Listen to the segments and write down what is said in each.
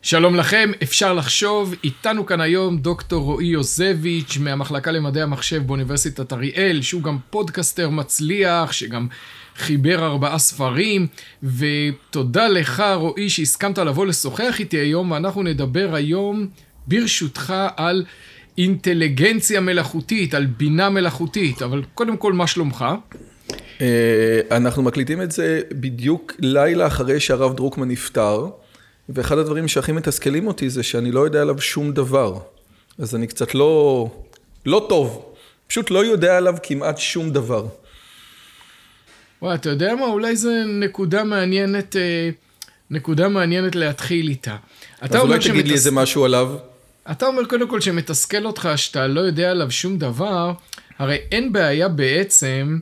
שלום לכם, אפשר לחשוב, איתנו כאן היום דוקטור רועי יוזביץ' מהמחלקה למדעי המחשב באוניברסיטת אריאל, שהוא גם פודקאסטר מצליח, שגם חיבר 4 ספרים, ותודה לך רועי שהסכמת לבוא לשוחח איתי היום, ואנחנו נדבר היום ברשותך על אינטליגנציה מלאכותית, על בינה מלאכותית, אבל קודם כל מה שלומך? אנחנו מקליטים את זה בדיוק לילה אחרי שהרב דרוקמן נפטר, ואחד הדברים שהכי מתסכלים אותי זה שאני לא יודע עליו שום דבר. אז אני קצת לא טוב. פשוט לא יודע עליו כמעט שום דבר. וואי, אתה יודע מה? אולי זו נקודה מעניינת להתחיל איתה. אז אולי תגיד לי איזה משהו עליו. אתה אומר קודם כל שמתסכל אותך שאתה לא יודע עליו שום דבר, הרי אין בעיה בעצם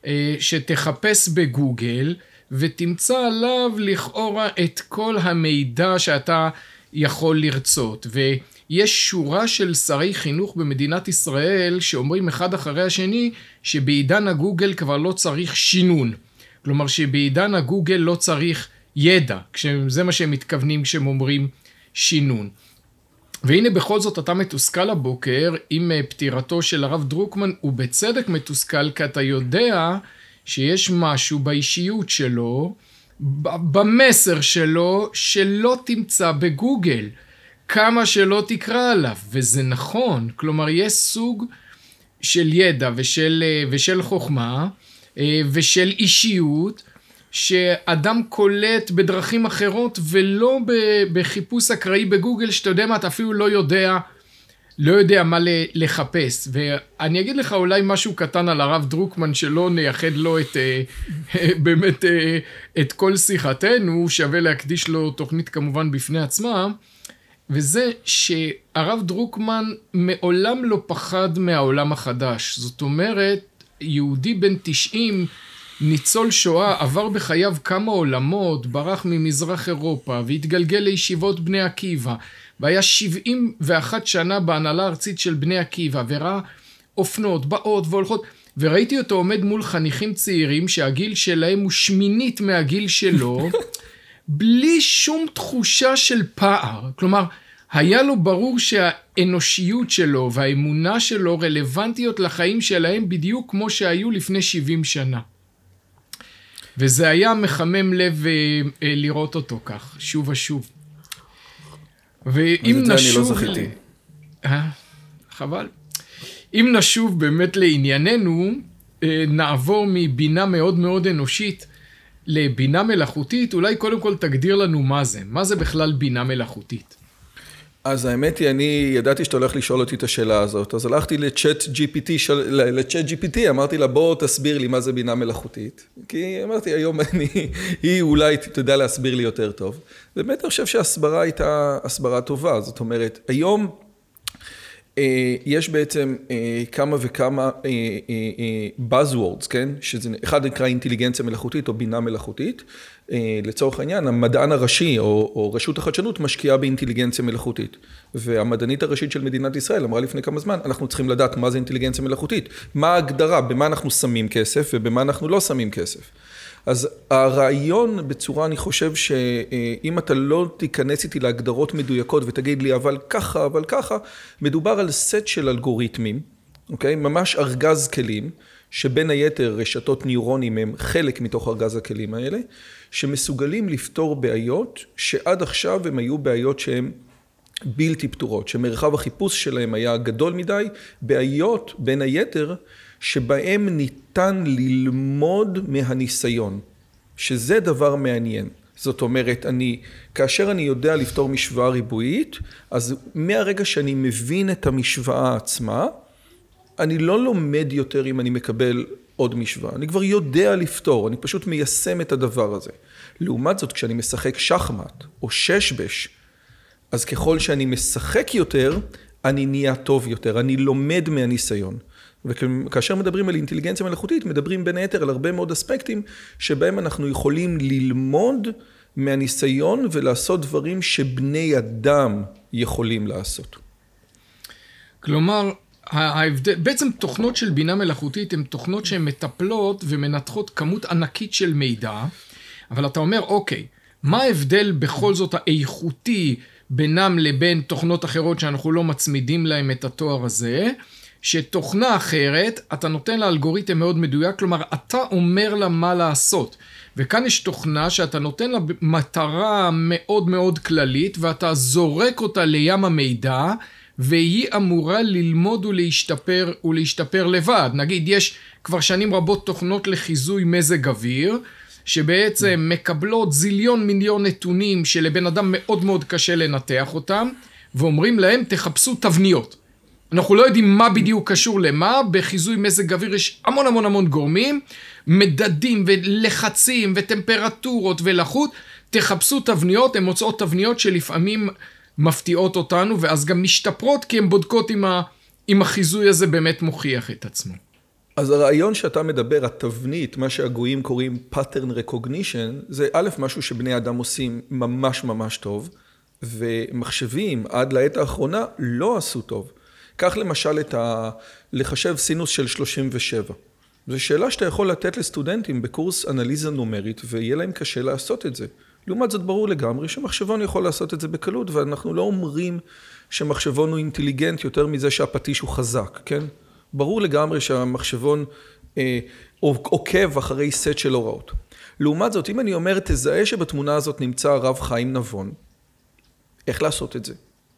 שתחפש בגוגל, ותמצא עליו לכאורה את כל המידע שאתה יכול לרצות. ויש שורה של שרי חינוך במדינת ישראל שאומרים אחד אחרי השני שבעידן הגוגל כבר לא צריך שינון. כלומר שבעידן הגוגל לא צריך ידע, זה מה שהם מתכוונים כשהם אומרים שינון. והנה בכל זאת אתה מתוסכל הבוקר עם פטירתו של הרב דרוקמן, ובצדק מתוסכל כי אתה יודע שיש משהו באישיות שלו, במסר שלו, שלא תמצא בגוגל, כמה שלא תקרא עליו, וזה נכון, כלומר יש סוג של ידע ושל חוכמה ושל אישיות, שאדם קולט בדרכים אחרות ולא בחיפוש אקראי בגוגל, שאתה יודע מה, אתה אפילו לא יודע מה לחפש. ואני אגיד לך אולי משהו קטן על הרב דרוקמן, שלא נייחד לו באמת את כל שיחתנו, שווה להקדיש לו תוכנית כמובן בפני עצמה, וזה שהרב דרוקמן מעולם לא פחד מהעולם החדש. זאת אומרת, יהודי בן 90, ניצול שואה, עבר בחייו כמה עולמות, ברח ממזרח אירופה והתגלגל לישיבות בני עקיבא, והיה 71 שנה בהנהלה הארצית של בני עקיבא, וראה אופנות, באות והולכות, וראיתי אותו עומד מול חניכים צעירים שהגיל שלהם הוא 8 מהגיל שלו, בלי שום תחושה של פער. כלומר, היה לו ברור שהאנושיות שלו והאמונה שלו רלוונטיות לחיים שלהם בדיוק כמו שהיו לפני 70 שנה. וזה היה מחמם לב לראות אותו כך, שוב ושוב. ואם נשוב... אני לא זכיתי. חבל. אם נשוב באמת לענייננו, נעבור מבינה מאוד מאוד אנושית לבינה מלאכותית, אולי קודם כל תגדיר לנו מה זה. מה זה בכלל בינה מלאכותית? אז האמת היא, אני ידעתי שאתה הולך לשאול אותי את השאלה הזאת, אז הלכתי לצ'אט GPT, אמרתי לה, בוא תסביר לי מה זה בינה מלאכותית, כי אמרתי, היום היא אולי תדע להסביר לי יותר טוב. באמת אני חושב שההסברה הייתה הסברה טובה, זאת אומרת, היום יש בעצם כמה וכמה buzzwords, כן? שזה אחד נקרא אינטליגנציה מלאכותית או בינה מלאכותית. לצורך העניין, המדען הראשי או רשות החדשנות משקיעה באינטליגנציה מלאכותית. והמדענית הראשית של מדינת ישראל אמרה לפני כמה זמן, אנחנו צריכים לדעת מה זה אינטליגנציה מלאכותית. מה ההגדרה, במה אנחנו שמים כסף ובמה אנחנו לא שמים כסף. אז הרעיון בצורה, אני חושב שאם אתה לא תיכנס איתי להגדרות מדויקות ותגיד לי אבל ככה, מדובר על סט של אלגוריתמים, אוקיי? ממש ארגז כלים, שבין היתר רשתות ניורונים הם חלק מתוך ארגז הכלים האלה, שמסוגלים לפתור בעיות שעד עכשיו הם היו בעיות שהן בלתי פתורות, שמרחב החיפוש שלהם היה גדול מדי, בעיות בין היתר שבהם ניתן ללמוד מהניסיון, שזה דבר מעניין. זאת אומרת, כאשר אני יודע לפתור משוואה ריבועית, אז מהרגע שאני מבין את המשוואה עצמה, אני לא לומד יותר אם אני מקבל עוד משוואה. אני כבר יודע לפתור, אני פשוט מיישם את הדבר הזה. לעומת זאת, כשאני משחק שחמט או ששבש, אז ככל שאני משחק יותר, אני נהיה טוב יותר, אני לומד מהניסיון. וכאשר מדברים על אינטליגנציה מלאכותית, מדברים בין היתר על הרבה מאוד אספקטים, שבהם אנחנו יכולים ללמוד מהניסיון ולעשות דברים שבני אדם יכולים לעשות. כלומר, בעצם תוכנות של בינה מלאכותית הן תוכנות שהן מטפלות ומנתחות כמות ענקית של מידע, אבל אתה אומר, אוקיי, מה ההבדל בכל זאת האיכותי בינם לבין תוכנות אחרות שאנחנו לא מצמידים להם את התואר הזה, שתוכנה אחרת, אתה נותן לה אלגוריתם מאוד מדויק, כלומר, אתה אומר לה מה לעשות. וכאן יש תוכנה שאתה נותן לה מטרה מאוד מאוד כללית, ואתה זורק אותה לים המידע, והיא אמורה ללמוד ולהשתפר לבד. נגיד, יש כבר שנים רבות תוכנות לחיזוי מזג אוויר, שבעצם מקבלות זיליון מיליון נתונים שלבן אדם מאוד מאוד קשה לנתח אותם, ואומרים להם, תחפשו תבניות. אנחנו לא יודעים מה בדיוק קשור למה, בחיזוי מזג אוויר יש המון המון המון גורמים, מדדים ולחצים וטמפרטורות ולחות, תחפשו תבניות, הן מוצאות תבניות שלפעמים מפתיעות אותנו, ואז גם משתפרות כי הן בודקות אם החיזוי הזה באמת מוכיח את עצמו. אז הרעיון שאתה מדבר, התבנית, מה שהגויים קוראים pattern recognition, זה א', משהו שבני אדם עושים ממש ממש טוב, ומחשבים עד לעת האחרונה לא עשו טוב. כך למשל לחשב סינוס של 37. זו שאלה שאתה יכול לתת לסטודנטים בקורס אנליזה נומרית, ויהיה להם קשה לעשות את זה. לעומת זאת ברור לגמרי שמחשבון יכול לעשות את זה בקלות, ואנחנו לא אומרים שמחשבון הוא אינטליגנט יותר מזה שהפטיש הוא חזק, כן? ברור לגמרי שהמחשבון עוקב אחרי סט של הוראות. לעומת זאת, אם אני אומר, תזהה שבתמונה הזאת נמצא הרב חיים נבון, איך לעשות את זה?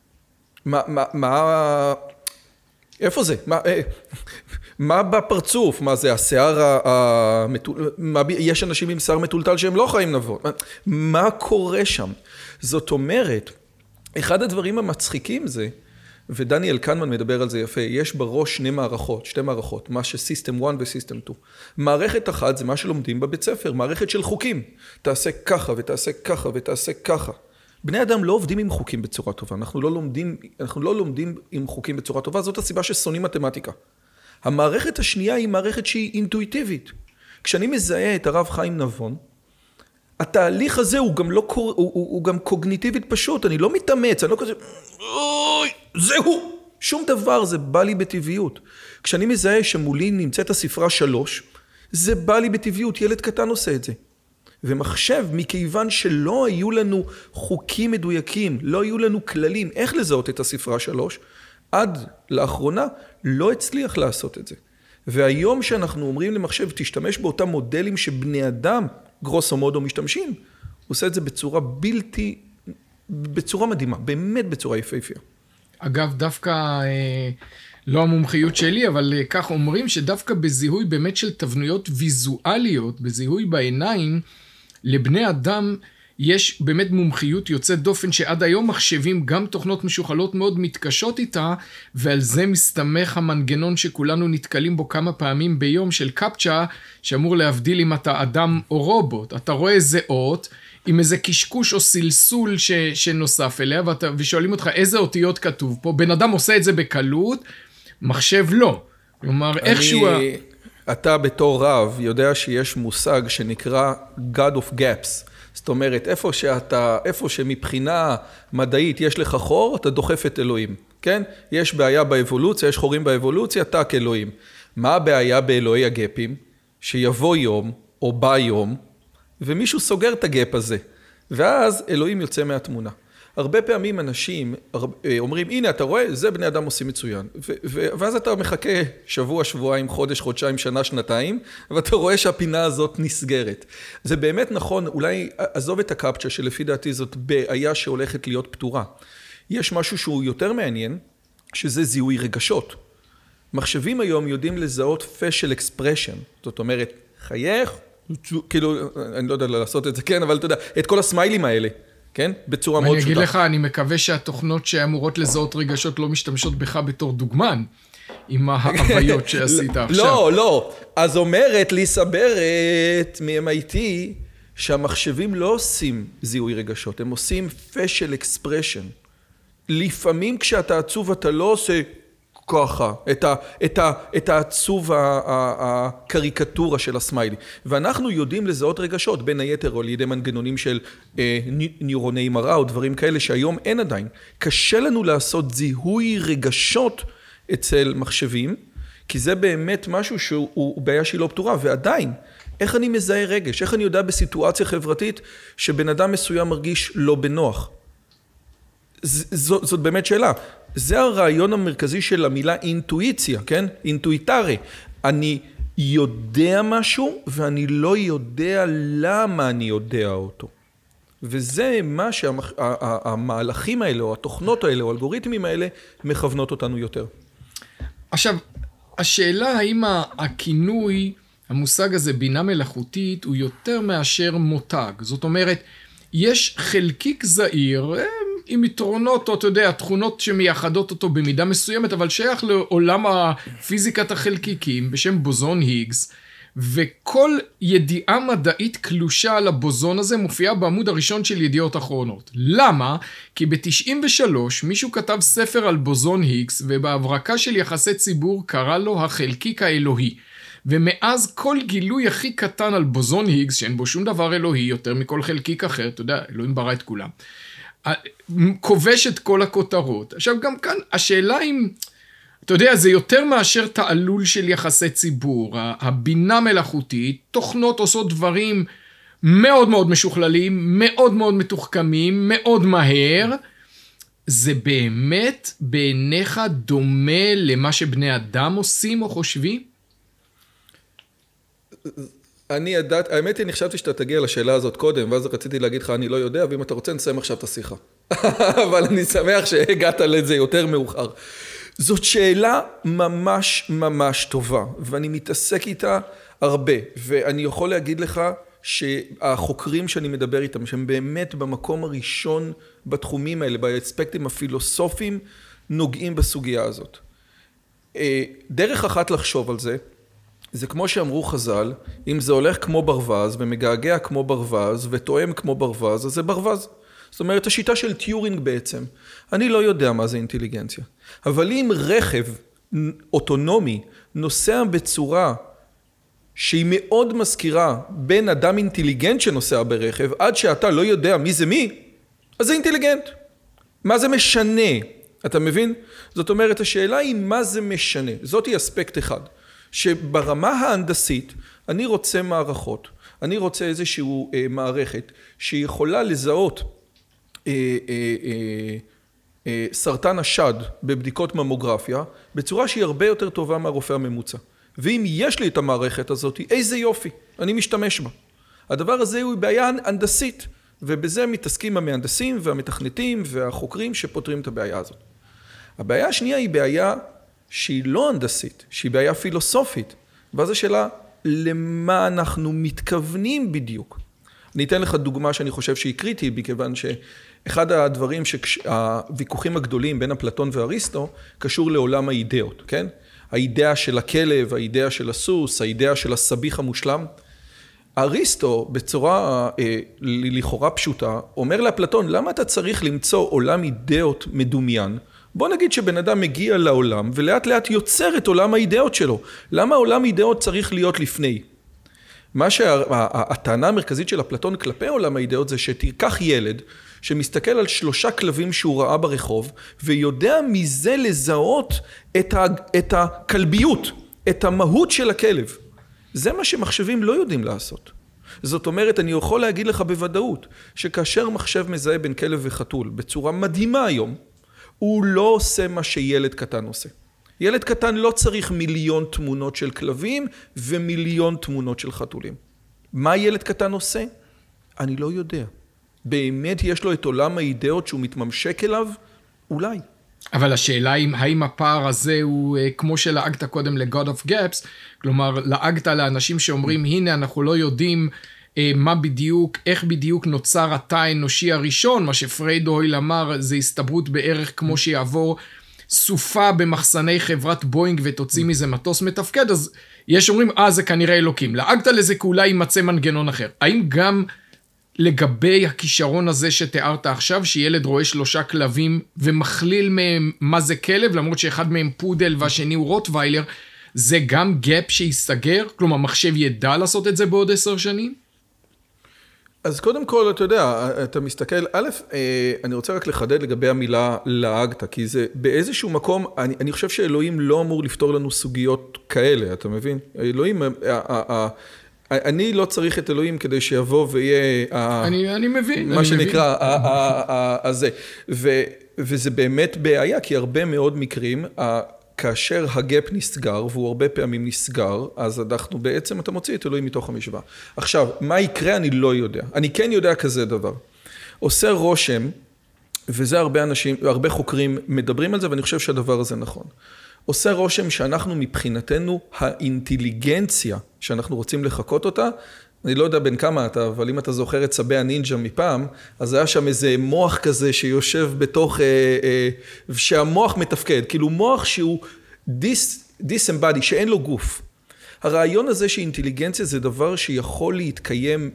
איפה זה? מה בפרצוף? מה זה? השיער יש אנשים עם שיער מטולטל שהם לא חיים נבון. מה קורה שם? זאת אומרת, אחד הדברים המצחיקים זה, ודניאל קנמן מדבר על זה יפה, יש בראש שתי מערכות, מה שסיסטם 1 וסיסטם 2. מערכת אחת זה מה שלומדים בבית ספר, מערכת של חוקים. תעשה ככה ותעשה ככה ותעשה ככה. בני אדם לא עובדים עם חוקים בצורה טובה, אנחנו לא לומדים עם חוקים בצורה טובה, זאת הסיבה ששונאים מתמטיקה. המערכת השנייה היא מערכת שהיא אינטואיטיבית. כשאני מזהה את הרב חיים נבון, התהליך הזה הוא גם קוגניטיבית פשוט, אני לא מתאמץ, אני לא כזה, אוי, זהו, שום דבר, זה בא לי בטבעיות. כשאני מזהה שמולי נמצאת הספרה 3, זה בא לי בטבעיות, ילד קטן עושה את זה. ומחשב, מכיוון שלא היו לנו חוקים מדויקים, לא היו לנו כללים, איך לזהות את הספרה 3, עד לאחרונה לא הצליח לעשות את זה. והיום שאנחנו אומרים למחשב, תשתמש באותם מודלים שבני אדם, גרוסו מודו, משתמשים, הוא עושה את זה בצורה מדהימה, באמת בצורה יפהפייה. אגב, דווקא לא המומחיות שלי, אבל כך אומרים שדווקא בזיהוי באמת של תבניות ויזואליות, בזיהוי בעיניים, לבני אדם יש באמת מומחיות יוצאת דופן שעד היום מחשבים גם תוכנות משוכלות מאוד מתקשות איתה, ועל זה מסתמך המנגנון שכולנו נתקלים בו כמה פעמים ביום של קפצ'ה, שאמור להבדיל אם אתה אדם או רובוט. אתה רואה איזה אות, עם איזה קשקוש או סלסול שנוסף אליה, ושואלים אותך איזה אותיות כתוב פה. בן אדם עושה את זה בקלות, מחשב לא. כלומר, איכשהו... אתה בתור רב יודע שיש מושג שנקרא God of Gaps. זאת אומרת, איפה שמבחינה מדעית יש לך חור, אתה דוחף את אלוהים. כן? יש בעיה באבולוציה, יש חורים באבולוציה, תק אלוהים. מה הבעיה באלוהי הגפים? שיבוא יום, או בא יום, ומישהו סוגר את הגפ הזה. ואז אלוהים יוצא מהתמונה. הרבה פעמים אנשים אומרים, הנה, אתה רואה, זה בני אדם עושים מצוין. ואז אתה מחכה שבוע, שבועיים, חודש, חודשיים, שנה, שנתיים, ואתה רואה שהפינה הזאת נסגרת. זה באמת נכון, אולי עזוב את הקפצ'ה, שלפי דעתי זאת בעיה שהולכת להיות פתורה. יש משהו שהוא יותר מעניין, שזה זיהוי רגשות. מחשבים היום יודעים לזהות facial expression, זאת אומרת, חייך, כאילו, אני לא יודע לעשות את זה, כן, אבל אתה יודע, את כל הסמיילים האלה. כן? בצורה מאוד פשוטה. אני אגיד לך, אני מקווה שהתוכנות שאמורות לזהות רגשות לא משתמשות בך בתור דוגמן, עם ההוויות שעשית עכשיו. לא. אז אומרת ליסה ברט מ-MIT, שהמחשבים לא עושים זיהוי רגשות, הם עושים facial expression. לפעמים כשאתה עצוב אתה לא עושה ככה, את העצוב הקריקטורה של הסמיילי. ואנחנו יודעים לזהות רגשות, בין היתר על ידי מנגנונים של ניורוני מראה או דברים כאלה שהיום אין עדיין. קשה לנו לעשות זיהוי רגשות אצל מחשבים, כי זה באמת משהו שהוא בעיה שהיא לא פתורה, ועדיין, איך אני מזהה רגש? איך אני יודע בסיטואציה חברתית שבן אדם מסוים מרגיש לא בנוח? זאת באמת שאלה. זה הרעיון המרכזי של המילה אינטואיציה, כן? אינטואיטרי. אני יודע משהו ואני לא יודע למה אני יודע אותו. וזה מה שהמהלכים האלה, או התוכנות האלה, או האלגוריתמים האלה, מכוונות אותנו יותר. עכשיו, השאלה האם הכינוי, המושג הזה, בינה מלאכותית, הוא יותר מאשר מותג. זאת אומרת, יש חלקיק זעיר, עם יתרונות, או אתה יודע, תכונות שמייחדות אותו במידה מסוימת, אבל שייך לעולם הפיזיקת החלקיקים, בשם בוזון היגס, וכל ידיעה מדעית קלושה על הבוזון הזה מופיעה בעמוד הראשון של ידיעות אחרונות. למה? כי ב-93 מישהו כתב ספר על בוזון היגס, ובהברקה של יחסי ציבור קרא לו החלקיק האלוהי. ומאז כל גילוי הכי קטן על בוזון היגס, שאין בו שום דבר אלוהי יותר מכל חלקיק אחר, אתה יודע, אלוהים ברא את כולם, כובש את כל הכותרות. עכשיו גם כאן השאלה אם, אתה יודע, זה יותר מאשר תעלול של יחסי ציבור. הבינה מלאכותית, תוכנות עושות דברים מאוד מאוד משוכללים, מאוד מאוד מתוחכמים, מאוד מהר. זה באמת בעיניך דומה למה שבני אדם עושים או חושבים? האמת היא, אני חשבתי שאתה תגיע לשאלה הזאת קודם, ואז רציתי להגיד לך, אני לא יודע, ואם אתה רוצה, נסיים עכשיו את השיחה. אבל אני שמח שהגעת לזה יותר מאוחר. זאת שאלה ממש ממש טובה, ואני מתעסק איתה הרבה, ואני יכול להגיד לך שהחוקרים שאני מדבר איתם, שהם באמת במקום הראשון בתחומים האלה, באספקטים הפילוסופיים, נוגעים בסוגיה הזאת. דרך אחת לחשוב על זה, זה כמו שאמרו חז"ל, אם זה הולך כמו ברווז ומגעגע כמו ברווז ותואם כמו ברווז, אז זה ברווז. זאת אומרת, השיטה של טיורינג בעצם. אני לא יודע מה זה אינטליגנציה. אבל אם רכב אוטונומי נוסע בצורה שהיא מאוד מזכירה בין אדם אינטליגנט שנוסע ברכב, עד שאתה לא יודע מי זה מי, אז זה אינטליגנט. מה זה משנה? אתה מבין? זאת אומרת, השאלה היא מה זה משנה. זאת היא אספקט אחד. שברמה ההנדסית, אני רוצה מערכות, אני רוצה איזושהי מערכת שיכולה לזהות סרטן השד בבדיקות ממוגרפיה, בצורה שהיא הרבה יותר טובה מהרופא הממוצע. ואם יש לי את המערכת הזאת, איזה יופי, אני משתמש בה. הדבר הזה הוא בעיה הנדסית, ובזה מתעסקים המהנדסים והמתכנתים והחוקרים שפותרים את הבעיה הזאת. הבעיה השנייה היא בעיה שהיא לא הנדסית, שהיא בעיה פילוסופית, ואז השאלה, למה אנחנו מתכוונים בדיוק? אני אתן לך דוגמה שאני חושב שהיא קריטית, מכיוון שאחד הדברים שהוויכוחים הגדולים בין אפלטון ואריסטו, קשור לעולם האידאות, כן? האידאה של הכלב, האידאה של הסוס, האידאה של הסביח המושלם. אריסטו, בצורה לכאורה פשוטה, אומר לאפלטון, למה אתה צריך למצוא עולם אידאות מדומיין? בוא נגיד שבן אדם מגיע לעולם ולאט לאט יוצר את עולם האידאות שלו. למה עולם האידאות צריך להיות לפני? מה שהטענה המרכזית של אפלטון כלפי עולם האידאות זה שתיקח ילד שמסתכל על 3 כלבים שהוא ראה ברחוב ויודע מזה לזהות את הכלביות, את המהות של הכלב. זה מה שמחשבים לא יודעים לעשות. זאת אומרת, אני יכול להגיד לך בוודאות שכאשר מחשב מזהה בין כלב וחתול בצורה מדהימה היום, הוא לא עושה מה שילד קטן עושה. ילד קטן לא צריך 1,000,000 תמונות של כלבים ו1,000,000 תמונות של חתולים. מה ילד קטן עושה? אני לא יודע. באמת יש לו את עולם האידאות שהוא מתממשק אליו? אולי. אבל השאלה היא, האם הפער הזה הוא כמו שלעגת קודם ל-God of Gaps, כלומר, לעגת לאנשים שאומרים, הנה אנחנו לא יודעים מה בדיוק, איך בדיוק נוצר התא האנושי הראשון, מה שפרייד הויל אמר, זה הסתברות בערך כמו שיעבור סופה במחסני חברת בוינג ותוציא מזה מטוס מתפקד, אז יש אומרים, זה כנראה אלוקים. לעגת לזה כי אולי יימצא מנגנון אחר. האם גם לגבי הכישרון הזה שתיארת עכשיו, שילד רואה 3 כלבים ומכליל מהם מה זה כלב, למרות שאחד מהם פודל והשני הוא רוטוויילר, זה גם גאפ שיסגר? כלומר, מחשב ידע לעשות את זה בעוד 10 שנים? אז קודם כל, אתה יודע, אתה מסתכל, אני רוצה רק לחדד לגבי המילה לעגת, כי זה באיזשהו מקום, אני חושב שאלוהים לא אמור לפתור לנו סוגיות כאלה, אתה מבין? אלוהים, אני לא צריך את אלוהים כדי שיבוא ויהיה, אני מבין, מה שנקרא, הזה. וזה באמת בעיה, כי הרבה מאוד מקרים, כאשר הגאפ נסגר, והוא הרבה פעמים נסגר, אז אנחנו בעצם, אתה מוציא את אלוהים מתוך המשוואה. עכשיו, מה יקרה אני לא יודע. אני כן יודע כזה דבר. עושה רושם, וזה הרבה אנשים, הרבה חוקרים מדברים על זה, ואני חושב שהדבר הזה נכון. עושה רושם שאנחנו מבחינתנו, האינטליגנציה שאנחנו רוצים לחכות אותה, אני לא יודע בין כמה אתה, אבל אם אתה זוכר את צבי הנינג'ה מפעם, אז היה שם איזה מוח כזה שיושב בתוך, שהמוח מתפקד, כאילו מוח שהוא disembodied, שאין לו גוף. הרעיון הזה שאינטליגנציה זה דבר שיכול להתקיים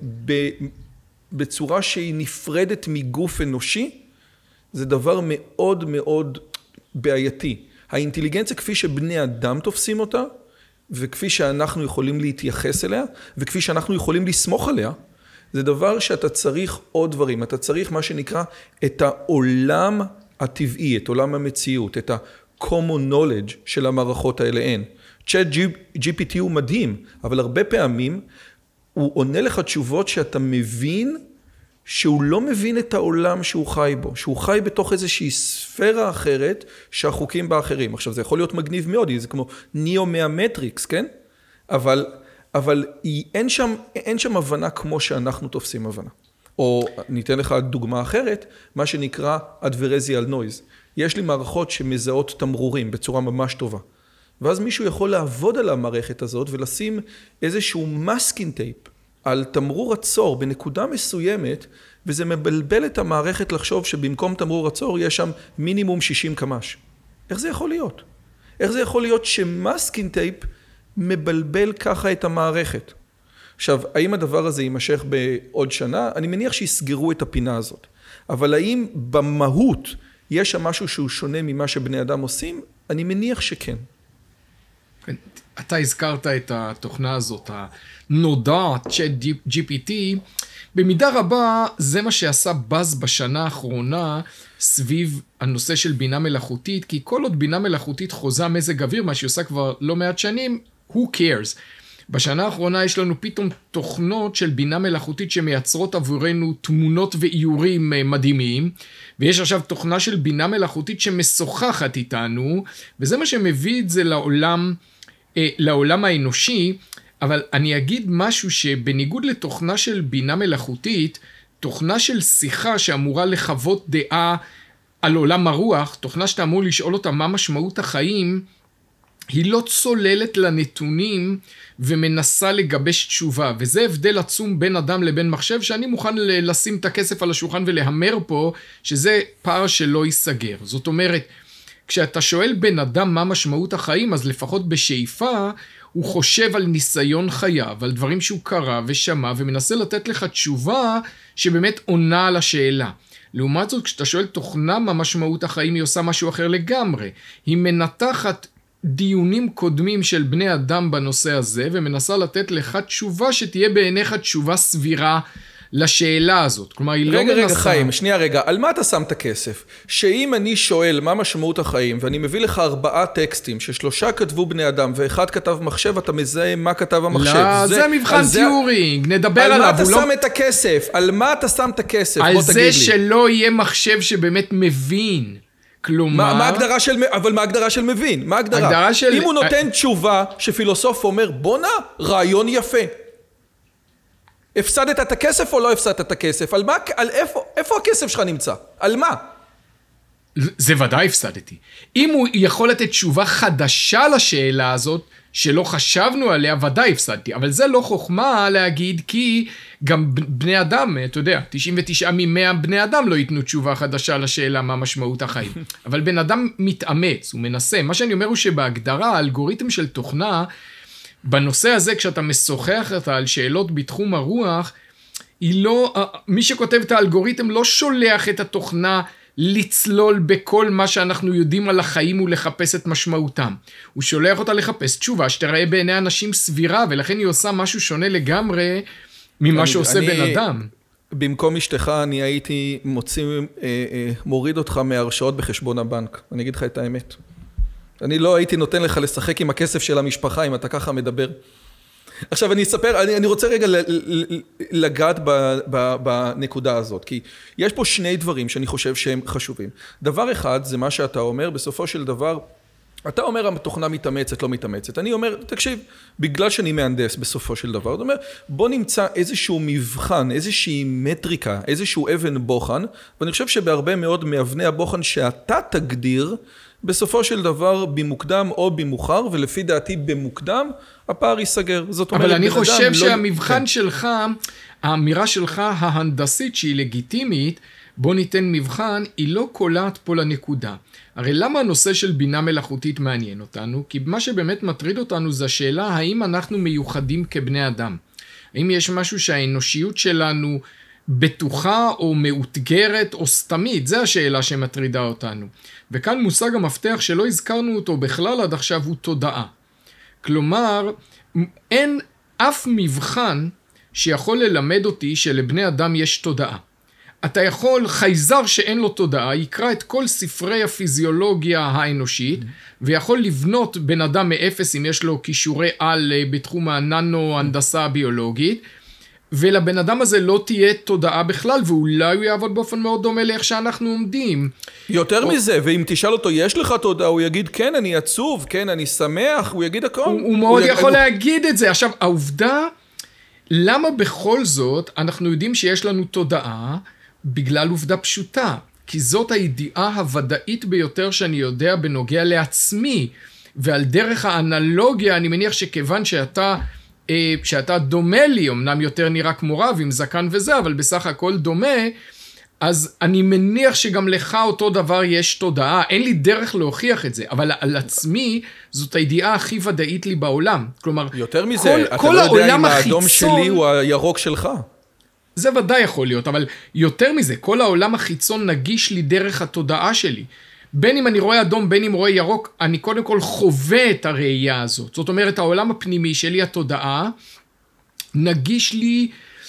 בצורה שהיא נפרדת מגוף אנושי, זה דבר מאוד מאוד בעייתי. האינטליגנציה כפי שבני אדם תופסים אותה, וכפי שאנחנו יכולים להתייחס אליה, וכפי שאנחנו יכולים לסמוך עליה, זה דבר שאתה צריך עוד דברים. אתה צריך מה שנקרא את העולם הטבעי, את עולם המציאות, את ה-common knowledge של המערכות האלה אין. ChatGPT הוא מדהים, אבל הרבה פעמים הוא עונה לך תשובות שאתה מבין שהוא לא מבין את העולם שהוא חי בו, שהוא חי בתוך איזושהי ספירה אחרת שהחוקים בה אחרים. עכשיו זה יכול להיות מגניב מאוד, זה כמו ניאו מהמטריקס, כן? אבל אין שם הבנה כמו שאנחנו תופסים הבנה. או ניתן לך דוגמה אחרת, מה שנקרא adversarial noise. יש לי מערכות שמזהות תמרורים בצורה ממש טובה. ואז מישהו יכול לעבוד על המערכת הזאת ולשים איזשהו masking tape על תמרור עצור בנקודה מסוימת, וזה מבלבל את המערכת לחשוב שבמקום תמרור עצור יש שם מינימום 60 קמ"ש. איך זה יכול להיות? איך זה יכול להיות שמאסקינג טייפ מבלבל ככה את המערכת? עכשיו, האם הדבר הזה יימשך בעוד שנה? אני מניח שיסגרו את הפינה הזאת. אבל האם במהות יש שם משהו שהוא שונה ממה שבני אדם עושים? אני מניח שכן. אתה הזכרת את התוכנה הזאת, הנודעת, ChatGPT, במידה רבה זה מה שעשה באז בשנה האחרונה סביב הנושא של בינה מלאכותית, כי כל עוד בינה מלאכותית חוזה מזג אוויר, מה שהיא עושה כבר לא מעט שנים, who cares? בשנה האחרונה יש לנו פתאום תוכנות של בינה מלאכותית שמייצרות עבורנו תמונות ואיורים מדהימים, ויש עכשיו תוכנה של בינה מלאכותית שמשוחחת איתנו, וזה מה שמביא את זה לעולם האנושי. אבל אני אגיד משהו שבניגוד לתוכנה של בינה מלאכותית, תוכנה של שיחה שאמורה לחוות דעה על עולם הרוח, תוכנה שאתה אמור לשאול אותה מה משמעות החיים, היא לא צוללת לנתונים ומנסה לגבש תשובה, וזה הבדל עצום בין אדם לבין מחשב, שאני מוכן לשים את הכסף על השולחן ולהמר פה, שזה פער שלא ייסגר. זאת אומרת, כשאתה שואל בן אדם מה משמעות החיים, אז לפחות בשאיפה, הוא חושב על ניסיון חייו, על דברים שהוא קרא ושמע, ומנסה לתת לך תשובה שבאמת עונה על השאלה. לעומת זאת, כשאתה שואל תוכנה מה משמעות החיים, היא עושה משהו אחר לגמרי. היא מנתחת דיונים קודמים של בני אדם בנושא הזה, ומנסה לתת לך תשובה שתהיה בעיניך תשובה סבירה לשאלה הזאת. כלומר, היא לא מנסה... רגע, חיים, שנייה רגע, על מה אתה שם את הכסף? שאם אני שואל מה משמעות החיים, ואני מביא לך 4 טקסטים, ש3 כתבו בני אדם, ו1 כתב מחשב, אתה מזהה מה כתב המחשב. לא, זה מבחן טיורינג, נדבר עליו. על מה אתה שם את הכסף? על מה אתה שם את הכסף? על זה שלא יהיה מחשב שבאמת מבין. כלומר... מה ההגדרה של... אבל מה ההגדרה של מבין? מה ההגדרה? אם הוא נותן תשובה שפילוסוף אומר, בוא נע, רעיון יפה. הפסדת את הכסף או לא הפסדת את הכסף? על מה, איפה הכסף שלך נמצא? על מה? זה ודאי הפסדתי. אם הוא יכול לתת תשובה חדשה לשאלה הזאת, שלא חשבנו עליה, ודאי הפסדתי. אבל זה לא חוכמה להגיד, כי גם בני אדם, אתה יודע, 99 מ-100 בני אדם לא ייתנו תשובה חדשה לשאלה מה משמעות החיים. אבל בן אדם מתאמץ, הוא מנסה. מה שאני אומר הוא שבהגדרה, האלגוריתם של תוכנה, בנושא הזה, כשאתה משוחח אותה על שאלות בתחום הרוח, היא לא, מי שכותב את האלגוריתם לא שולח את התוכנה לצלול בכל מה שאנחנו יודעים על החיים ולחפש את משמעותם. הוא שולח אותה לחפש תשובה שתראה בעיני אנשים סבירה, ולכן היא עושה משהו שונה לגמרי ממה שעושה בן אדם. במקום אשתך אני הייתי מוריד אותך מהרשאות בחשבון הבנק. אני אגיד לך את האמת. אני לא הייתי נותן לך לשחק עם הכסף של המשפחה אם אתה ככה מדבר. עכשיו אני אספר, אני רוצה רגע לגעת בנקודה הזאת, כי יש פה שני דברים שאני חושב שהם חשובים. דבר אחד זה מה שאתה אומר, בסופו של דבר, אתה אומר התוכנה מתאמצת, לא מתאמצת. אני אומר, תקשיב, בגלל שאני מהנדס בסופו של דבר, אתה אומר, בוא נמצא איזשהו מבחן, איזושהי מטריקה, איזשהו אבן בוחן, ואני חושב שבהרבה מאוד מאבני הבוחן שאתה תגדיר, בסופו של דבר במוקדם או במאוחר, ולפי דעתי במוקדם, הפער ייסגר. זאת אומרת, אבל אני חושב שהמבחן שלך, האמירה שלך ההנדסית שהיא לגיטימית, בוא ניתן מבחן, היא לא קולעת פה לנקודה. הרי למה הנושא של בינה מלאכותית מעניין אותנו? כי מה שבאמת מטריד אותנו זה השאלה האם אנחנו מיוחדים כבני אדם. האם יש משהו שהאנושיות שלנו בטוחה או מאותגרת או סתמית? זה השאלה שמטרידה אותנו. וכאן מושג המפתח שלא הזכרנו אותו בכלל עד עכשיו הוא תודעה. כלומר, אין אף מבחן שיכול ללמד אותי שלבני אדם יש תודעה. אתה יכול, חייזר שאין לו תודעה, יקרא את כל ספרי הפיזיולוגיה האנושית, ויכול לבנות בן אדם מאפס אם יש לו כישורי על בתחום הננו-הנדסה הביולוגית, ולבן אדם הזה לא תהיה תודעה בכלל, ואולי הוא יעבוד באופן מאוד דומה לאיך שאנחנו עומדים. יותר מזה, ואם תשאל אותו, יש לך תודעה, הוא יגיד, כן, אני עצוב, כן, אני שמח, הוא יגיד הכל. הוא מאוד יכול להגיד את זה. עכשיו, העובדה, למה בכל זאת אנחנו יודעים שיש לנו תודעה, בגלל עובדה פשוטה, כי זאת הידיעה הוודאית ביותר שאני יודע בנוגע לעצמי, ועל דרך האנלוגיה אני מניח שכיוון שאתה דומה לי, אמנם יותר נראה כמו רב עם זקן וזה, אבל בסך הכל דומה, אז אני מניח שגם לך אותו דבר יש תודעה, אין לי דרך להוכיח את זה, אבל על עצמי זאת הידיעה הכי ודאית לי בעולם. כלומר, יותר מזה, אתה לא יודע אם האדום שלי הוא הירוק שלך. זה ודאי יכול להיות, אבל יותר מזה, כל העולם החיצון נגיש לי דרך התודעה שלי. בין אם אני רואה אדום, בין אם רואה ירוק, אני קודם כל חווה את הראייה הזאת. זאת אומרת, העולם הפנימי שלי, התודעה, נגיש לי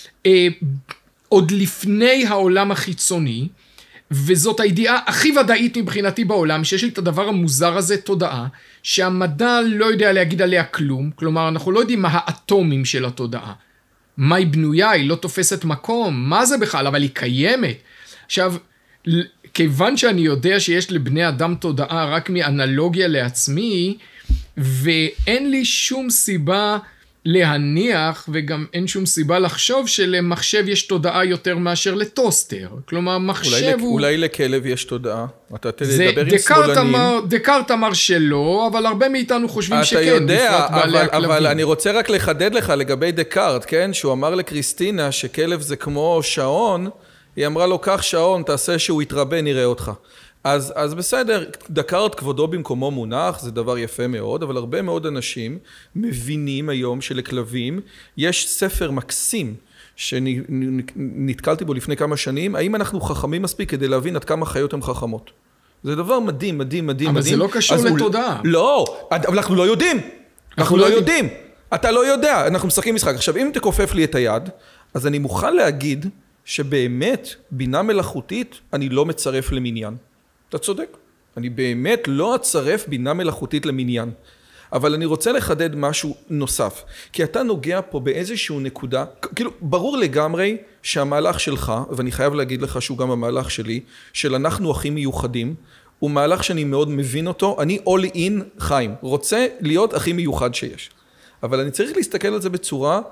עוד לפני העולם החיצוני, וזאת הידיעה הכי ודאית מבחינתי בעולם, שיש לי את הדבר המוזר הזה, תודעה, שהמדע לא יודע להגיד עליה כלום, כלומר, אנחנו לא יודעים מה האטומים של התודעה. מה היא בנויה, היא לא תופסת מקום, מה זה בכלל, אבל היא קיימת. עכשיו, כיוון שאני יודע שיש לבני אדם תודעה רק מאנלוגיה לעצמי, ואין לי שום סיבה להניח, וגם אין שום סיבה לחשוב שלמחשב יש תודעה יותר מאשר לטוסטר. כלומר, מחשב הוא... אולי לכלב יש תודעה. אתה תדבר עם שמאלנים. דקארט אמר שלא, אבל הרבה מאיתנו חושבים שכן. אתה יודע, אבל אני רוצה רק לחדד לך לגבי דקארט, כן? שהוא אמר לקריסטינה שכלב זה כמו שעון, היא אמרה לו, קח שעון, תעשה שהוא יתרבה, נראה אותך. אז בסדר, דקארט כבודו במקומו מונח, זה דבר יפה מאוד, אבל הרבה מאוד אנשים מבינים היום שלכלבים יש ספר מקסים שנתקלתי בו לפני כמה שנים, האם אנחנו חכמים מספיק כדי להבין עד כמה חיות הן חכמות. זה דבר מדהים, מדהים, מדהים. אבל זה לא קשור לתודעה. לא, אבל אנחנו לא יודעים. אנחנו לא יודעים. אתה לא יודע, אנחנו משחקים משחק. עכשיו, אם תכופף לי את היד, אז אני מוכן להגיד שבאמת בינה מלאכותית אני לא מצרף למניין. אתה צודק. אני באמת לא אצרף בינה מלאכותית למניין. אבל אני רוצה לחדד משהו נוסף. כי אתה נוגע פה באיזשהו נקודה, כאילו ברור לגמרי שהמהלך שלך, ואני חייב להגיד לך שהוא גם המהלך שלי, של אנחנו הכי מיוחדים, הוא מהלך שאני מאוד מבין אותו, אני all in חיים, רוצה להיות הכי מיוחד שיש. אבל אני צריך להסתכל על זה בצורה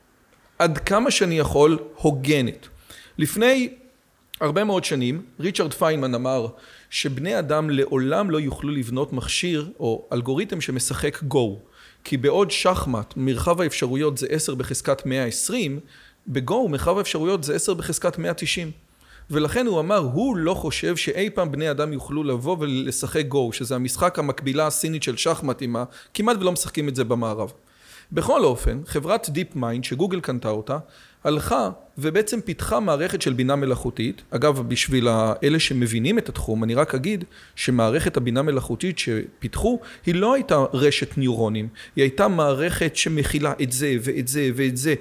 עד כמה שאני יכול הוגנת. לפני הרבה מאוד שנים, ריצ'רד פיינמן אמר שבני אדם לעולם לא יוכלו לבנות מכשיר או אלגוריתם שמשחק גו. כי בעוד שחמט מרחב האפשרויות זה 10 בחזקת 120, בגו מרחב האפשרויות זה 10 בחזקת 190. ולכן הוא אמר, הוא לא חושב שאי פעם בני אדם יוכלו לבוא ולשחק גו, שזה המשחק המקבילה הסינית של שחמט, כמעט ולא משחקים את זה במערב. בכל אופן, חברת דיפ מיינד שגוגל קנתה אותה, הלכה ובעצם פיתחה מערכת של בינה מלאכותית. אגב, בשביל אלה שמבינים את התחום, אני רק אגיד שמערכת הבינה מלאכותית שפיתחו, היא לא הייתה רשת ניורונים, היא הייתה מערכת שמכילה את זה ואת זה ואת זה.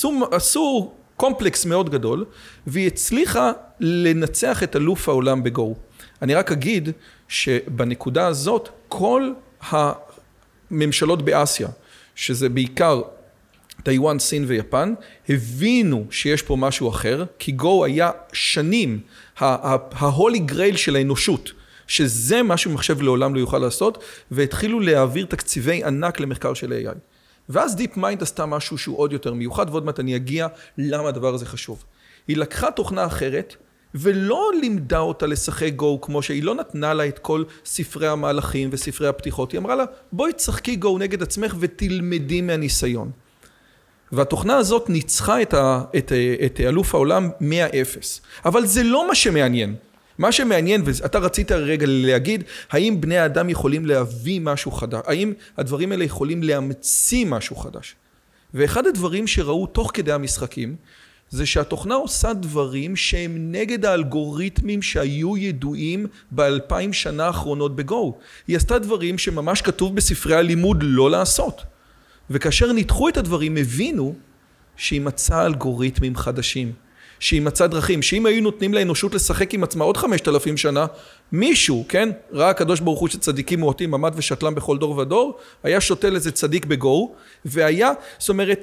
עשו קומפלקס מאוד גדול, והיא הצליחה לנצח את אלוף העולם בגו. אני רק אגיד שבנקודה הזאת, כל הממשלות באסיה, שזה בעיקר טיואן, סין ויפן, הבינו שיש פה משהו אחר, כי גו היה שנים ההולי גרייל של האנושות, שזה משהו מחשב לעולם לא יוכל לעשות, והתחילו להעביר תקציבי ענק למחקר של AI. ואז דיפ מיינד עשתה משהו שהוא עוד יותר מיוחד, ועוד מעט אני אגיע למה הדבר הזה חשוב. היא לקחה תוכנה אחרת, ולא לימדה אותה לשחק גו, כמו שהיא לא נתנה לה את כל ספרי המהלכים וספרי הפתיחות, היא אמרה לה, בואי תשחקי גו נגד עצמך ותלמדי מהניסיון. והתוכנה הזאת ניצחה את אלוף העולם 100-0. אבל זה לא מה שמעניין. מה שמעניין, ואתה רצית רגע להגיד, האם בני האדם יכולים להביא משהו חדש? האם הדברים האלה יכולים להמציא משהו חדש? ואחד הדברים שראו תוך כדי המשחקים, זה שהתוכנה עושה דברים שהם נגד האלגוריתמים שהיו ידועים ב2000 שנה האחרונות בגו. היא עשתה דברים שממש כתוב בספרי הלימוד לא לעשות. וכאשר ניתחו את הדברים, הבינו שהיא מצאה אלגוריתמים חדשים, שהיא מצאה דרכים, שאם היו נותנים לאנושות לשחק עם עצמה עוד 5,000 שנה, מישהו, כן, ראה הקדוש ברוך הוא שצדיקים מועטים, עמד ושתלם בכל דור ודור, היה שותל איזה צדיק בגו, והיה, זאת אומרת,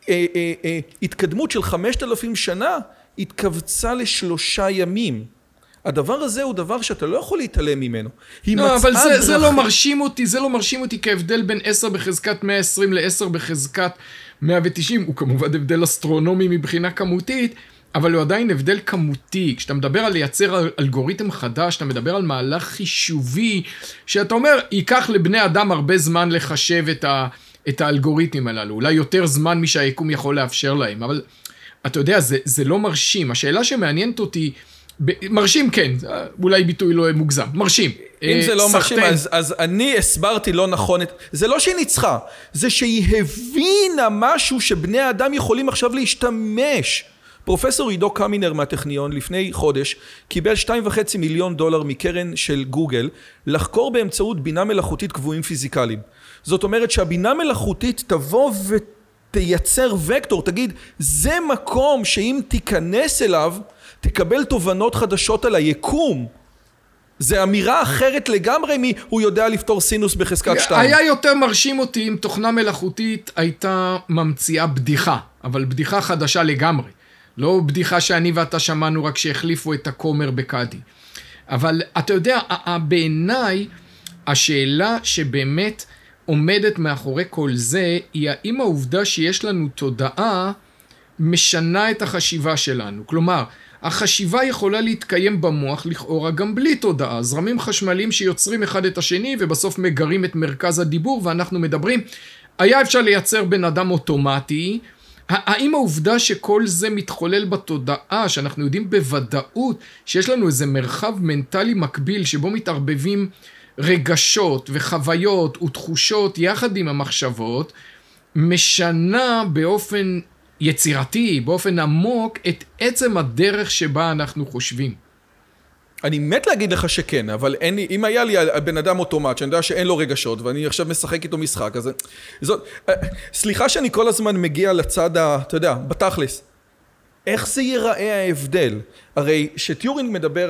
התקדמות של 5,000 שנה, התכווצה ל3 ימים. הדבר הזה הוא דבר שאתה לא יכול להתעלם ממנו. לא, אבל זה לא מרשים אותי, זה לא מרשים אותי כהבדל בין 10 בחזקת 120 ל10 בחזקת 190, הוא כמובן הבדל אסטרונומי מבחינה כמותית, אבל הוא עדיין הבדל כמותי. כשאתה מדבר על לייצר אלגוריתם חדש, אתה מדבר על מהלך חישובי, שאתה אומר, ייקח לבני אדם הרבה זמן לחשב את האלגוריתמים הללו, אולי יותר זמן משהיקום יכול לאפשר להם, אבל אתה יודע, זה לא מרשים. השאלה שמעניינת אותי, מרשים כן, אולי ביטוי לא מוגזם, מרשים. אם זה לא מרשים, אז אני הסברתי לא נכון, זה לא שהיא ניצחה, זה שהיא הבינה משהו שבני האדם יכולים עכשיו להשתמש. פרופסור עידו קמינר מהטכניון לפני חודש קיבל $2.5 מיליון מקרן של גוגל לחקור באמצעות בינה מלאכותית קבועים פיזיקליים. זאת אומרת שהבינה מלאכותית תבוא ותייצר וקטור, תגיד, זה מקום שאם תיכנס אליו, תקבל תובנות חדשות על היקום. זה אמירה אחרת לגמרי הוא יודע לפתור סינוס בחזקת 2. היה יותר מרשים אותי אם תוכנה מלאכותית הייתה ממציאה בדיחה, אבל בדיחה חדשה לגמרי. לא בדיחה שאני ואתה שמענו רק שהחליפו את הכומר בקאדי. אבל אתה יודע, בעיניי, השאלה שבאמת עומדת מאחורי כל זה, היא האם העובדה שיש לנו תודעה משנה את החשיבה שלנו. כלומר, החשיבה יכולה להתקיים במוח לכאורה גם בלי תודעה. זרמים חשמליים שיוצרים אחד את השני ובסוף מגרים את מרכז הדיבור ואנחנו מדברים. היה אפשר לייצר בן אדם אוטומטי. האם העובדה שכל זה מתחולל בתודעה, שאנחנו יודעים בוודאות שיש לנו איזה מרחב מנטלי מקביל שבו מתערבבים רגשות וחוויות ותחושות יחד עם המחשבות, משנה באופן יצירתי, באופן עמוק, את עצם הדרך שבה אנחנו חושבים. אני מת להגיד לך שכן, אבל אם היה לי בן אדם אוטומט, שאני יודע שאין לו רגשות, ואני עכשיו משחק איתו משחק, אז סליחה שאני כל הזמן מגיע לצד, אתה יודע, בתכלס. איך זה ייראה ההבדל? הרי שטיורינג מדבר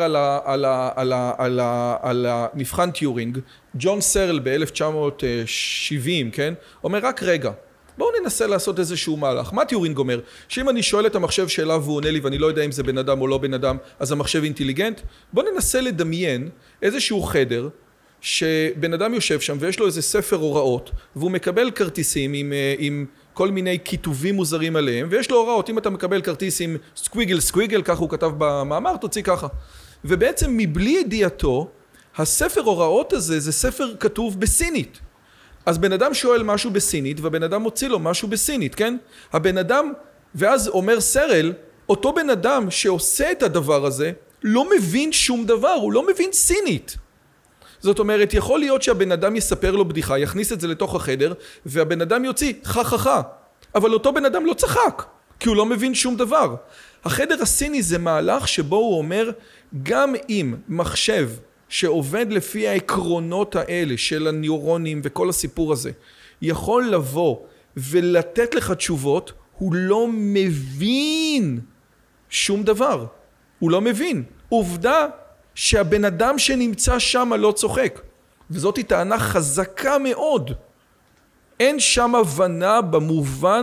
על המבחן טיורינג, ג'ון סרל ב-1970, כן? אומר רק רגע. בואו ננסה לעשות איזשהו מהלך. מה טיורינג אומר? שאם אני שואל את המחשב שאלה והוא עונה לי ואני לא יודע אם זה בן אדם או לא בן אדם, אז המחשב אינטליגנט? בואו ננסה לדמיין איזשהו חדר שבן אדם יושב שם ויש לו איזה ספר הוראות והוא מקבל כרטיסים עם כל מיני כיתובים מוזרים עליהם ויש לו הוראות, אם אתה מקבל כרטיס עם סקוויגל, כך הוא כתב במאמר, תוציא ככה. ובעצם מבלי ידיעתו, הספר הוראות הזה זה ספר כתוב בסינית. אז בן אדם שואל משהו בסינית, והבן אדם מוציא לו משהו בסינית, כן? הבן אדם, ואז אומר סרל, אותו בן אדם שעושה את הדבר הזה, לא מבין שום דבר, הוא לא מבין סינית. זאת אומרת, יכול להיות שהבן אדם יספר לו בדיחה, יכניס את זה לתוך החדר, והבן אדם יוציא, חה. אבל אותו בן אדם לא צחק, כי הוא לא מבין שום דבר. החדר הסיני זה מהלך שבו הוא אומר, גם אם מחשב שעובד לפי העקרונות האלה של הניורונים וכל הסיפור הזה, יכול לבוא ולתת לך תשובות, הוא לא מבין שום דבר. הוא לא מבין. עובדה שהבן אדם שנמצא שם לא צוחק. וזאת היא טענה חזקה מאוד. אין שם הבנה במובן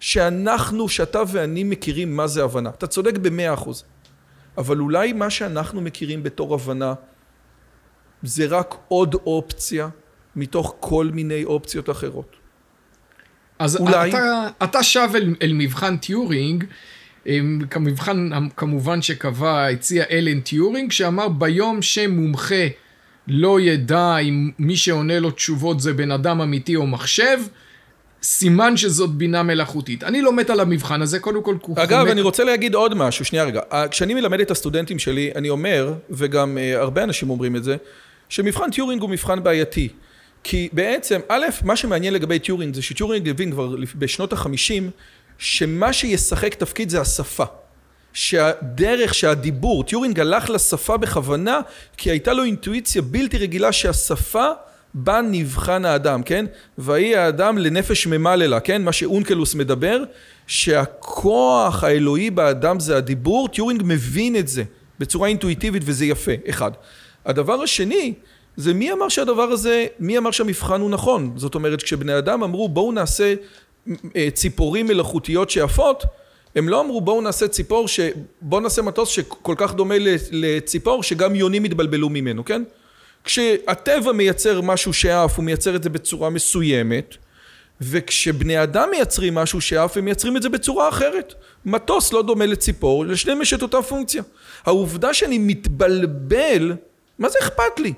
שאתה ואני מכירים מה זה הבנה. אתה צודק ב100%. אבל אולי מה שאנחנו מכירים בתור הבנה, זה רק עוד אופציה, מתוך כל מיני אופציות אחרות. אז אולי... אתה שב אל מבחן טיורינג, כמבחן כמובן שקבע, הציע אלן טיורינג, שאמר ביום שמומחה לא ידע אם מי שעונה לו תשובות זה בן אדם אמיתי או מחשב, סימן שזאת בינה מלאכותית. אני לא מת על המבחן הזה, קודם כל... אגב, אני רוצה להגיד עוד משהו, שנייה רגע. כשאני מלמד את הסטודנטים שלי, אני אומר, וגם הרבה אנשים אומרים את זה, שמבחן טיורינג הוא מבחן בעייתי. כי בעצם, א', מה שמעניין לגבי טיורינג זה שטיורינג הבין כבר בשנות ה-50, שמה שישחק תפקיד זה השפה. שהדרך, שהדיבור, טיורינג הלך לשפה בכוונה, כי הייתה לו אינטואיציה בלתי רגילה שהשפה בה נבחן האדם, כן? והיא האדם לנפש ממללה, כן? מה שאונקלוס מדבר, שהכוח האלוהי באדם זה הדיבור, טיורינג מבין את זה בצורה אינטואיטיבית וזה יפה, אחד. הדבר השני, זה מי אמר שהדבר הזה, מי אמר שהמבחן הוא נכון? זאת אומרת, כשבני אדם אמרו בואו נעשה ציפורים מלאכותיות שיפות, הם לא אמרו בואו נעשה בואו נעשה מטוס שכל כך דומה לציפור שגם יונים יתבלבלו ממנו, כן? כשהטבע מייצר משהו שאף, הוא מייצר את זה בצורה מסוימת, וכשבני אדם מייצרים משהו שאף, הם מייצרים את זה בצורה אחרת. מטוס לא דומה לציפור, לשניהם יש את אותה פונקציה. העובדה שאני מתבלבל, מה זה אכפת לי?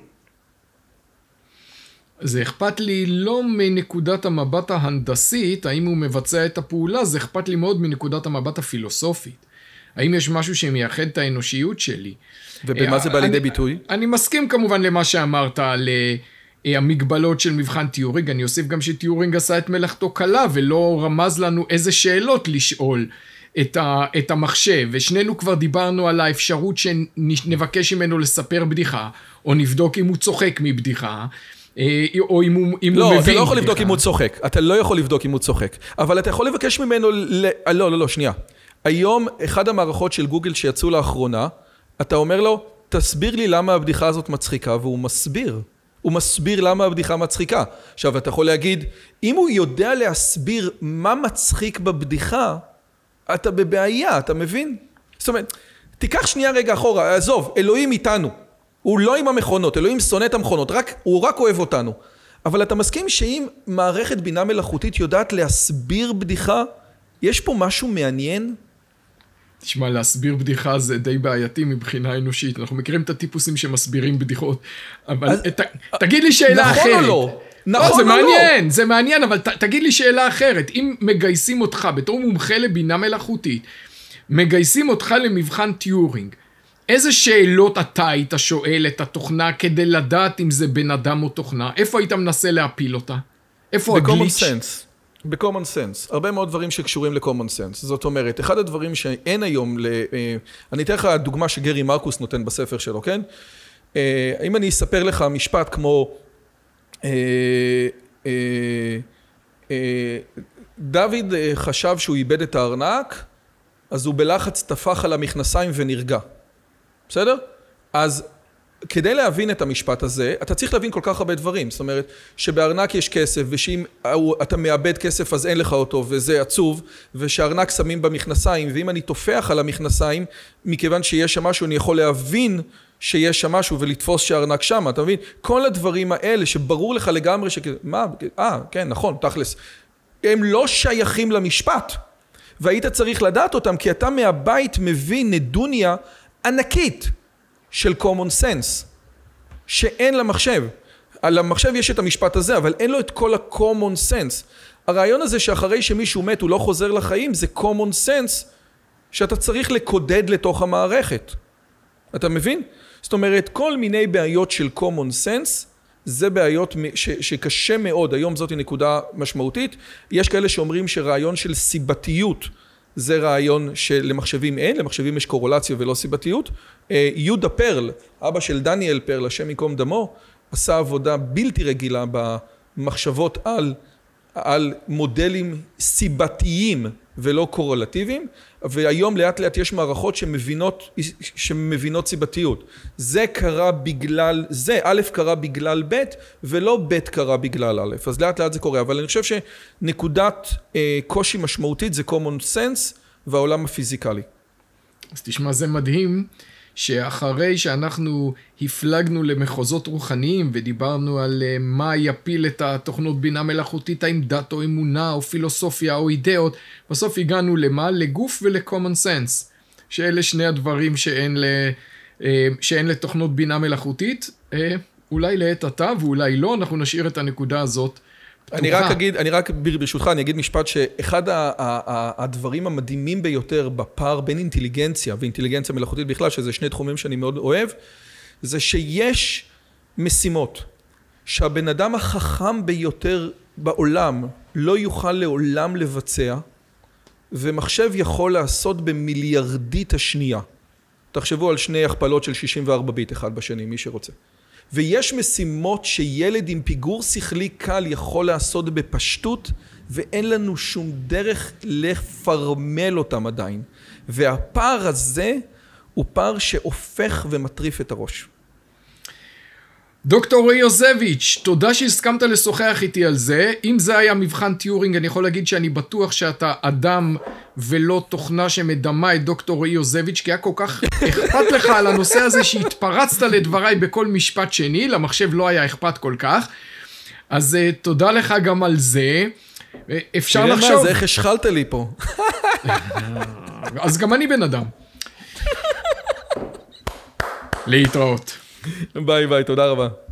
זה אכפת לי לא מנקודת המבט ההנדסית, האם הוא מבצע את הפעולה, זה אכפת לי מאוד מנקודת המבט הפילוסופית. האם יש משהו שמייחד את האנושיות שלי? ובמה זה בא לידי ביטוי? אני מסכים כמובן למה שאמרת על המגבלות של מבחן טיורינג, אני אוסיף גם שטיורינג עשה את מלאכתו קלה, ולא רמז לנו איזה שאלות לשאול את המחשב, ושנינו כבר דיברנו על האפשרות שנבקש ממנו לספר בדיחה, או נבדוק אם הוא צוחק מבדיחה, או אם הוא מבין. לא, אתה לא יכול לבדוק אם הוא צוחק. אתה לא יכול לבדוק אם הוא צוחק. אבל אתה יכול לבקש ממנו... לא, שנייה. היום, אחד המערכות של גוגל שיצאו לאחרונה, אתה אומר לו, תסביר לי למה הבדיחה הזאת מצחיקה, והוא מסביר. הוא מסביר למה הבדיחה מצחיקה. עכשיו, אתה יכול להגיד, אם הוא יודע להסביר מה מצחיק בבדיחה, אתה בבעיה, אתה מבין? זאת אומרת, תיקח שנייה רגע אחורה, עזוב, אלוהים איתנו. הוא לא עם המכונות, אלוהים שונא את המכונות, הוא רק אוהב אותנו. אבל אתה מסכים שאם מערכת בינה מלאכותית יודעת להסביר בדיחה, יש פה משהו מעניין? תשמע, להסביר בדיחה זה די בעייתי מבחינה אנושית. אנחנו מכירים את הטיפוסים שמסבירים בדיחות. אבל תגיד לי שאלה אחרת. נכון או לא? נכון או לא? זה מעניין, אבל תגיד לי שאלה אחרת. אם מגייסים אותך בתור מומחה לבינה מלאכותית, מגייסים אותך למבחן טיורינג, איזה שאלות אתה היית שואל את התוכנה כדי לדעת אם זה בן אדם או תוכנה? איפה היית מנסה להפיל אותה? איפה הגליץ'? ב-common sense. הרבה מאוד דברים שקשורים ל-common sense. זאת אומרת, אחד הדברים שאין היום, אני אתן לך דוגמה שגרי מרקוס נותן בספר שלו, כן? אם אני אספר לך משפט כמו, דוד חשב שהוא איבד את הארנק, אז הוא בלחץ טפח על המכנסיים ונרגע. בסדר? אז כדי להבין את המשפט הזה, אתה צריך להבין כל כך הרבה דברים. זאת אומרת, שבארנק יש כסף, ושאם אתה מאבד כסף אז אין לך אותו, וזה עצוב, ושהארנק שמים במכנסיים, ואם אני תופח על המכנסיים, מכיוון שיש שם משהו, אני יכול להבין שיש שם משהו, ולתפוס שהארנק שם, אתה מבין? כל הדברים האלה שברור לך לגמרי כן, נכון, תכלס. הם לא שייכים למשפט, והיית צריך לדעת אותם, כי אתה מהבית מבין נדוניה ענקית, של common sense, שאין למחשב. על המחשב יש את המשפט הזה, אבל אין לו את כל ה-common sense. הרעיון הזה שאחרי שמישהו מת הוא לא חוזר לחיים, זה common sense שאתה צריך לקודד לתוך המערכת. אתה מבין? זאת אומרת, כל מיני בעיות של common sense, זה בעיות שקשה מאוד. היום זאת נקודה משמעותית. יש כאלה שאומרים שרעיון של סיבתיות, זה רעיון שלמחשבים אין, למחשבים יש קורולציה ולא סיבתיות. יהודה פרל, אבא של דניאל פרל, השם יקום דמו, עשה עבודה בלתי רגילה במחשבות על מודלים סיבתיים ולא קורלטיביים, והיום לאט לאט יש מערכות שמבינות סיבתיות. זה קרה בגלל, זה א' קרה בגלל ב', ולא ב' קרה בגלל א', אז לאט לאט זה קורה, אבל אני חושב שנקודת קושי משמעותית זה common sense והעולם הפיזיקלי. אז תשמע, זה מדהים שאחרי שאנחנו הפלגנו למחוזות רוחניים ודיברנו על מה יפיל את התוכנות בינה מלאכותית, האם דת או אמונה או פילוסופיה או אידאות, בסוף הגענו למה? לגוף ול-common sense, שאלה שני הדברים שאין לתוכנות בינה מלאכותית, אולי לעת עתה ואולי לא, אנחנו נשאיר את הנקודה הזאת. אני רק ברשותך, אני אגיד משפט שאחד הדברים המדהימים ביותר בפער בין אינטליגנציה ואינטליגנציה מלאכותית בכלל, שזה שני תחומים שאני מאוד אוהב, זה שיש משימות שהבן אדם החכם ביותר בעולם לא יוכל לעולם לבצע, ומחשב יכול לעשות במיליארדית השנייה. תחשבו על שני הכפלות של 64 ביט אחד בשני, מי שרוצה. ויש משימות שילד עם פיגור שכלי קל יכול לעשות בפשטות, ואין לנו שום דרך לפרמל אותם עדיין. והפער הזה הוא פער שהופך ומטריף את הראש. דוקטור רועי יוזביץ', תודה שהסכמת לשוחח איתי על זה. אם זה היה מבחן טיורינג, אני יכול להגיד שאני בטוח שאתה אדם ולא תוכנה שמדמה את דוקטור רועי יוזביץ', כי היה כל כך אכפת לך על הנושא הזה שהתפרצת לדבריי בכל משפט שני, למחשב לא היה אכפת כל כך. אז תודה לך גם על זה. אפשר לחשוב... תראה מה, זה איך השחלת לי פה. אז גם אני בן אדם. להתראות. ביי ביי, תודה רבה.